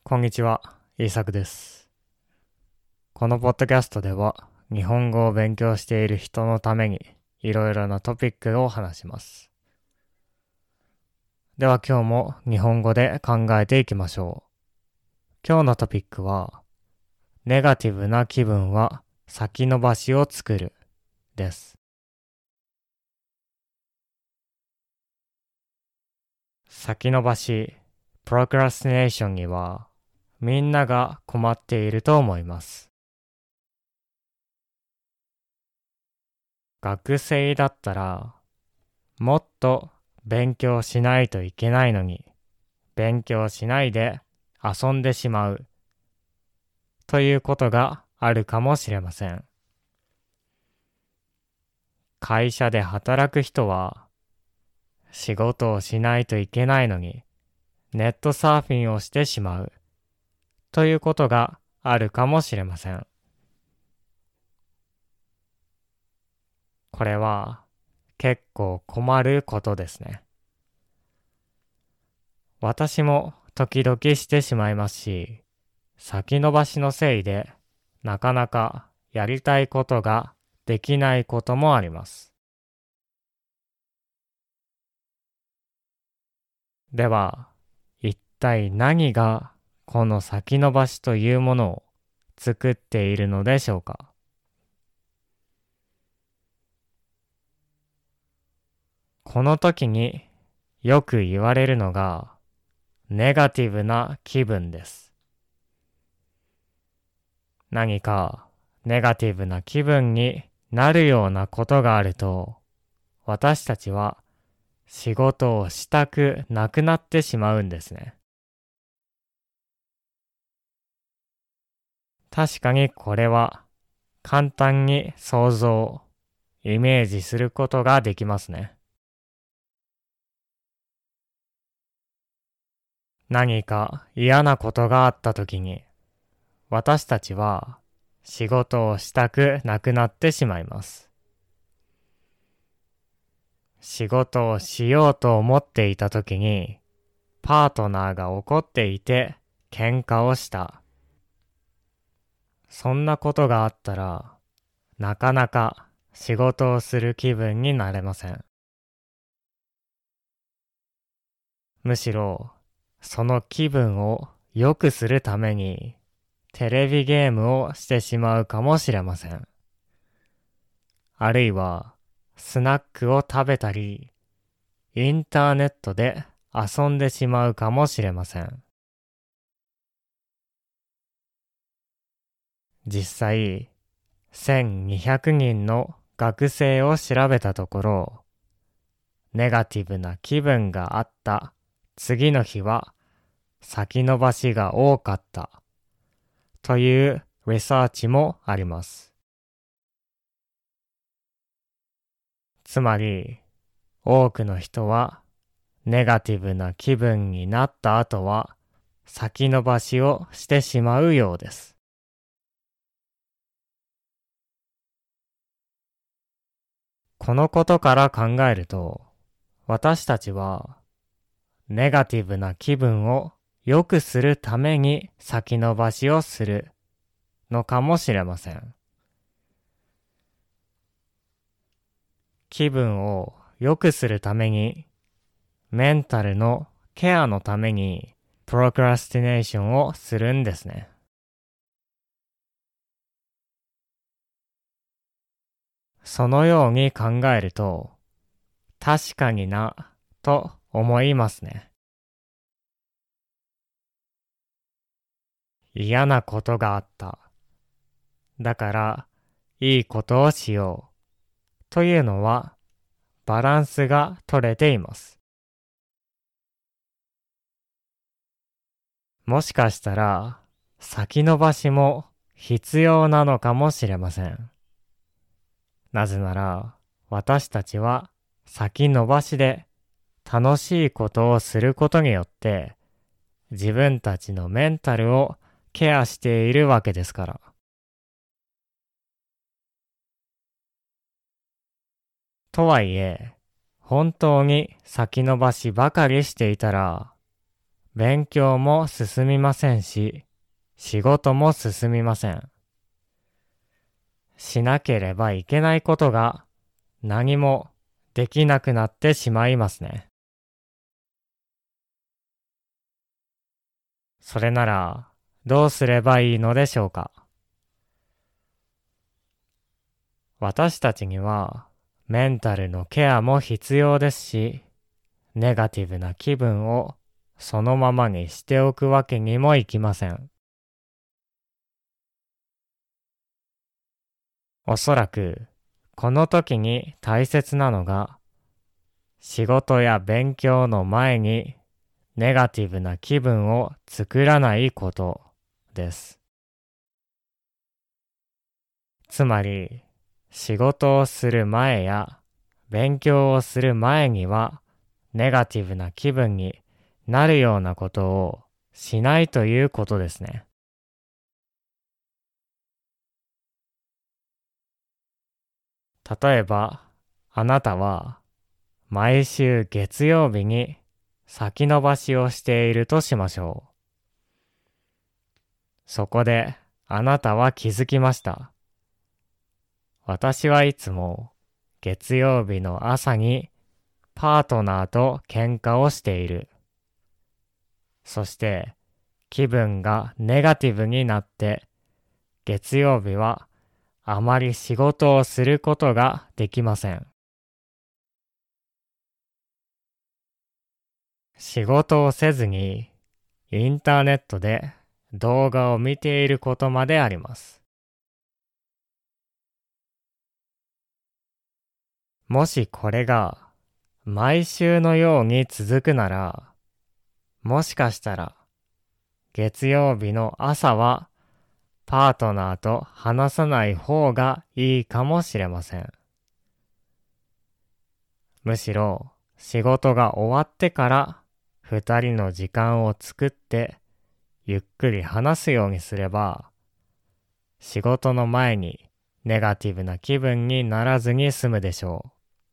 こんにちは、イーサクです。このポッドキャストでは、日本語を勉強している人のために、いろいろなトピックを話します。では今日も日本語で考えていきましょう。今日のトピックは、ネガティブな気分は先延ばしを作るです。先延ばし、procrastination には、みんなが困っていると思います。学生だったら、もっと勉強しないといけないのに、勉強しないで遊んでしまうということがあるかもしれません。会社で働く人は、仕事をしないといけないのに、ネットサーフィンをしてしまうということがあるかもしれません。これは結構困ることですね。私も時々してしまいますし、先延ばしのせいでなかなかやりたいことができないこともあります。では、一体何がこの先延ばしというものを作っているのでしょうか。この時によく言われるのがネガティブな気分です。何かネガティブな気分になるようなことがあると、私たちは仕事をしたくなくなってしまうんですね。確かにこれは簡単に想像、イメージすることができますね。何か嫌なことがあったときに、私たちは仕事をしたくなくなってしまいます。仕事をしようと思っていたときに、パートナーが怒っていて喧嘩をした。そんなことがあったら、なかなか仕事をする気分になれません。むしろ、その気分を良くするために、テレビゲームをしてしまうかもしれません。あるいは、スナックを食べたり、インターネットで遊んでしまうかもしれません。実際、1200人の学生を調べたところ、ネガティブな気分があった次の日は先延ばしが多かったというリサーチもあります。つまり、多くの人はネガティブな気分になった後は先延ばしをしてしまうようです。このことから考えると、私たちはネガティブな気分を良くするために先延ばしをするのかもしれません。気分を良くするために、メンタルのケアのためにプロクラスティネーションをするんですね。そのように考えると、確かにな、と思いますね。嫌なことがあった。だから、いいことをしよう。というのは、バランスが取れています。もしかしたら、先延ばしも必要なのかもしれません。なぜなら、私たちは先延ばしで楽しいことをすることによって、自分たちのメンタルをケアしているわけですから。とはいえ、本当に先延ばしばかりしていたら、 勉強も進みませんし、仕事も進みません。しなければいけないことが何もできなくなってしまいますね。それならどうすればいいのでしょうか。私たちにはメンタルのケアも必要ですし、ネガティブな気分をそのままにしておくわけにもいきません。おそらくこの時に大切なのが、仕事や勉強の前にネガティブな気分を作らないことです。つまり、仕事をする前や勉強をする前にはネガティブな気分になるようなことをしないということですね。例えば、あなたは毎週月曜日に先延ばしをしているとしましょう。そこであなたは気づきました。私はいつも月曜日の朝にパートナーと喧嘩をしている。そして気分がネガティブになって月曜日はあまり仕事をすることができません。仕事をせずにインターネットで動画を見ていることまであります。もしこれが毎週のように続くなら、もしかしたら月曜日の朝はパートナーと話さない方がいいかもしれません。むしろ仕事が終わってから二人の時間を作ってゆっくり話すようにすれば、仕事の前にネガティブな気分にならずに済むでしょ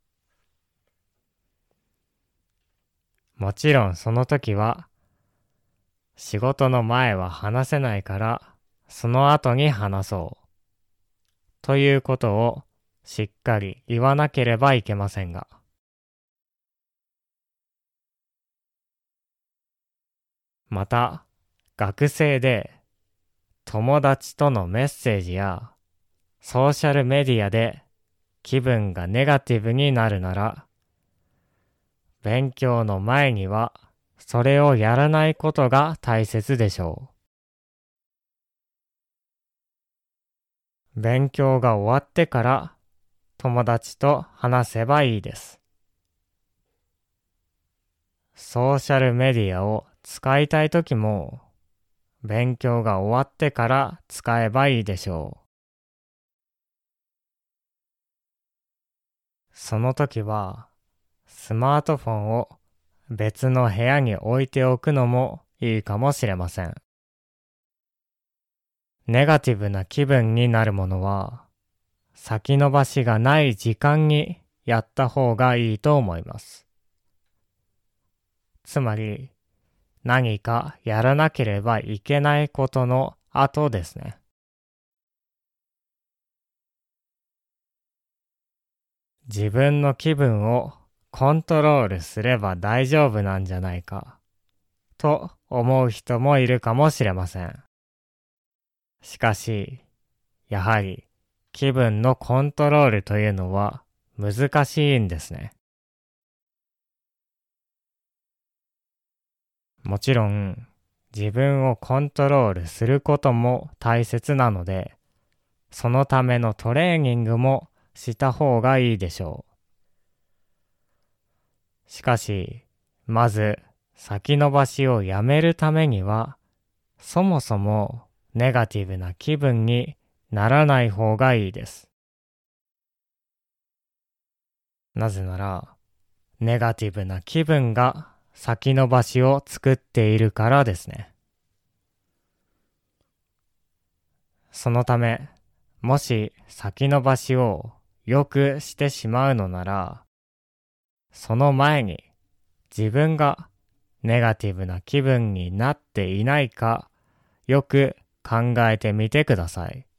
う。もちろんその時は仕事の前は話せないからその後に話そうということをしっかり言わなければいけませんが、また学生で友達とのメッセージやソーシャルメディアで気分がネガティブになるなら、勉強の前にはそれをやらないことが大切でしょう。勉強が終わってから友達と話せばいいです。ソーシャルメディアを使いたいときも勉強が終わってから使えばいいでしょう。その時はスマートフォンを別の部屋に置いておくのもいいかもしれません。ネガティブな気分になるものは先延ばしがない時間にやった方がいいと思います。つまり何かやらなければいけないことの後ですね。自分の気分をコントロールすれば大丈夫なんじゃないかと思う人もいるかもしれません。しかし、やはり気分のコントロールというのは難しいんですね。もちろん自分をコントロールすることも大切なので、そのためのトレーニングもした方がいいでしょう。しかし、まず先延ばしをやめるためには、そもそもネガティブな気分にならない方がいいです。なぜなら、ネガティブな気分が先延ばしを作っているからですね。そのため、もし先延ばしをよくしてしまうのなら、その前に自分がネガティブな気分になっていないか、よく考えてみてください。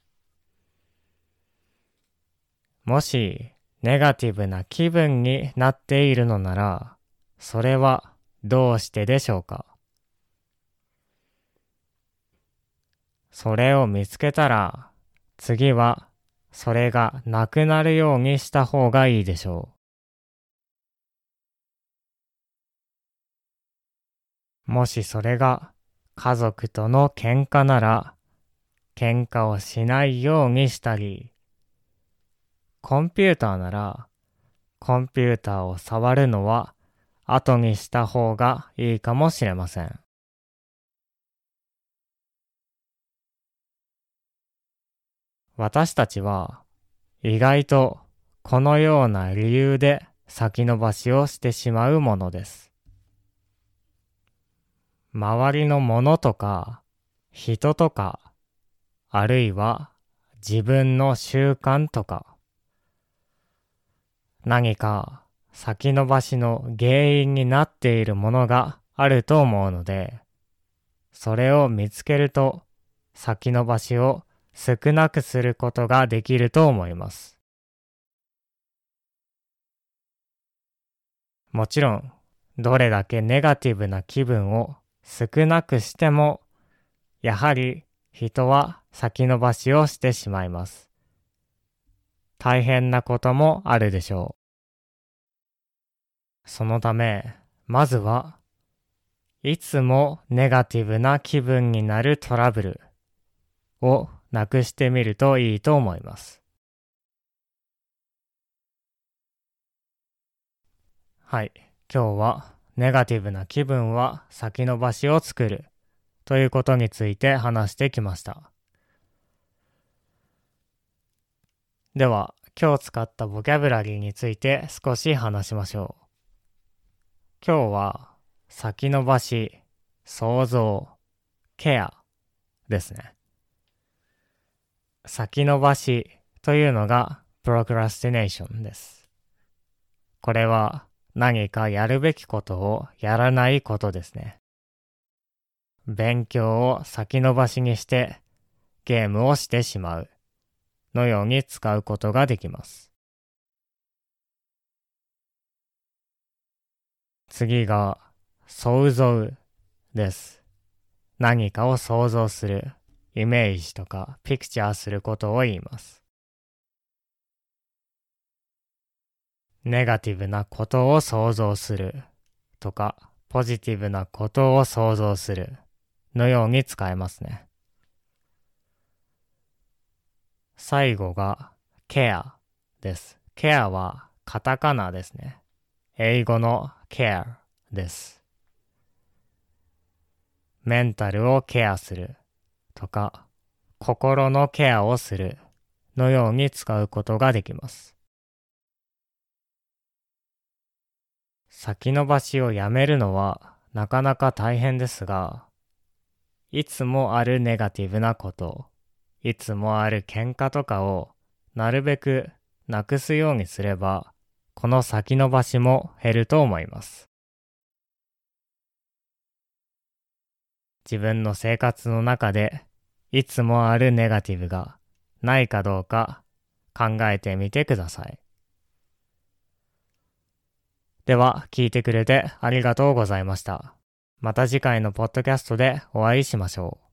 もし、ネガティブな気分になっているのなら、それはどうしてでしょうか？それを見つけたら、次はそれがなくなるようにした方がいいでしょう。もしそれが家族との喧嘩なら、喧嘩をしないようにしたり、コンピューターなら、コンピューターを触るのは後にした方がいいかもしれません。私たちは意外とこのような理由で先延ばしをしてしまうものです。周りのものとか人とか、あるいは自分の習慣とか、何か先延ばしの原因になっているものがあると思うので、それを見つけると先延ばしを少なくすることができると思います。もちろん、どれだけネガティブな気分を少なくしても、やはり人は先延ばしをしてしまいます。大変なこともあるでしょう。そのため、まずはいつもネガティブな気分になるトラブルをなくしてみるといいと思います。はい、今日はネガティブな気分は先延ばしを作るということについて話してきました。では、今日使ったボキャブラリーについて少し話しましょう。今日は先延ばし、想像、ケアですね。先延ばしというのがプロクラスティネーションです。これは何かやるべきことをやらないことですね。勉強を先延ばしにしてゲームをしてしまうのように使うことができます。次が想像です。何かを想像する、イメージとかピクチャーすることを言います。ネガティブなことを想像するとか、ポジティブなことを想像するのように使えますね。最後がケアです。ケアはカタカナですね。英語の care です。メンタルをケアするとか、心のケアをするのように使うことができます。先延ばしをやめるのはなかなか大変ですが、いつもあるネガティブなこと、いつもある喧嘩とかをなるべくなくすようにすれば、この先延ばしも減ると思います。自分の生活の中でいつもあるネガティブがないかどうか考えてみてください。では、聞いてくれてありがとうございました。また次回のポッドキャストでお会いしましょう。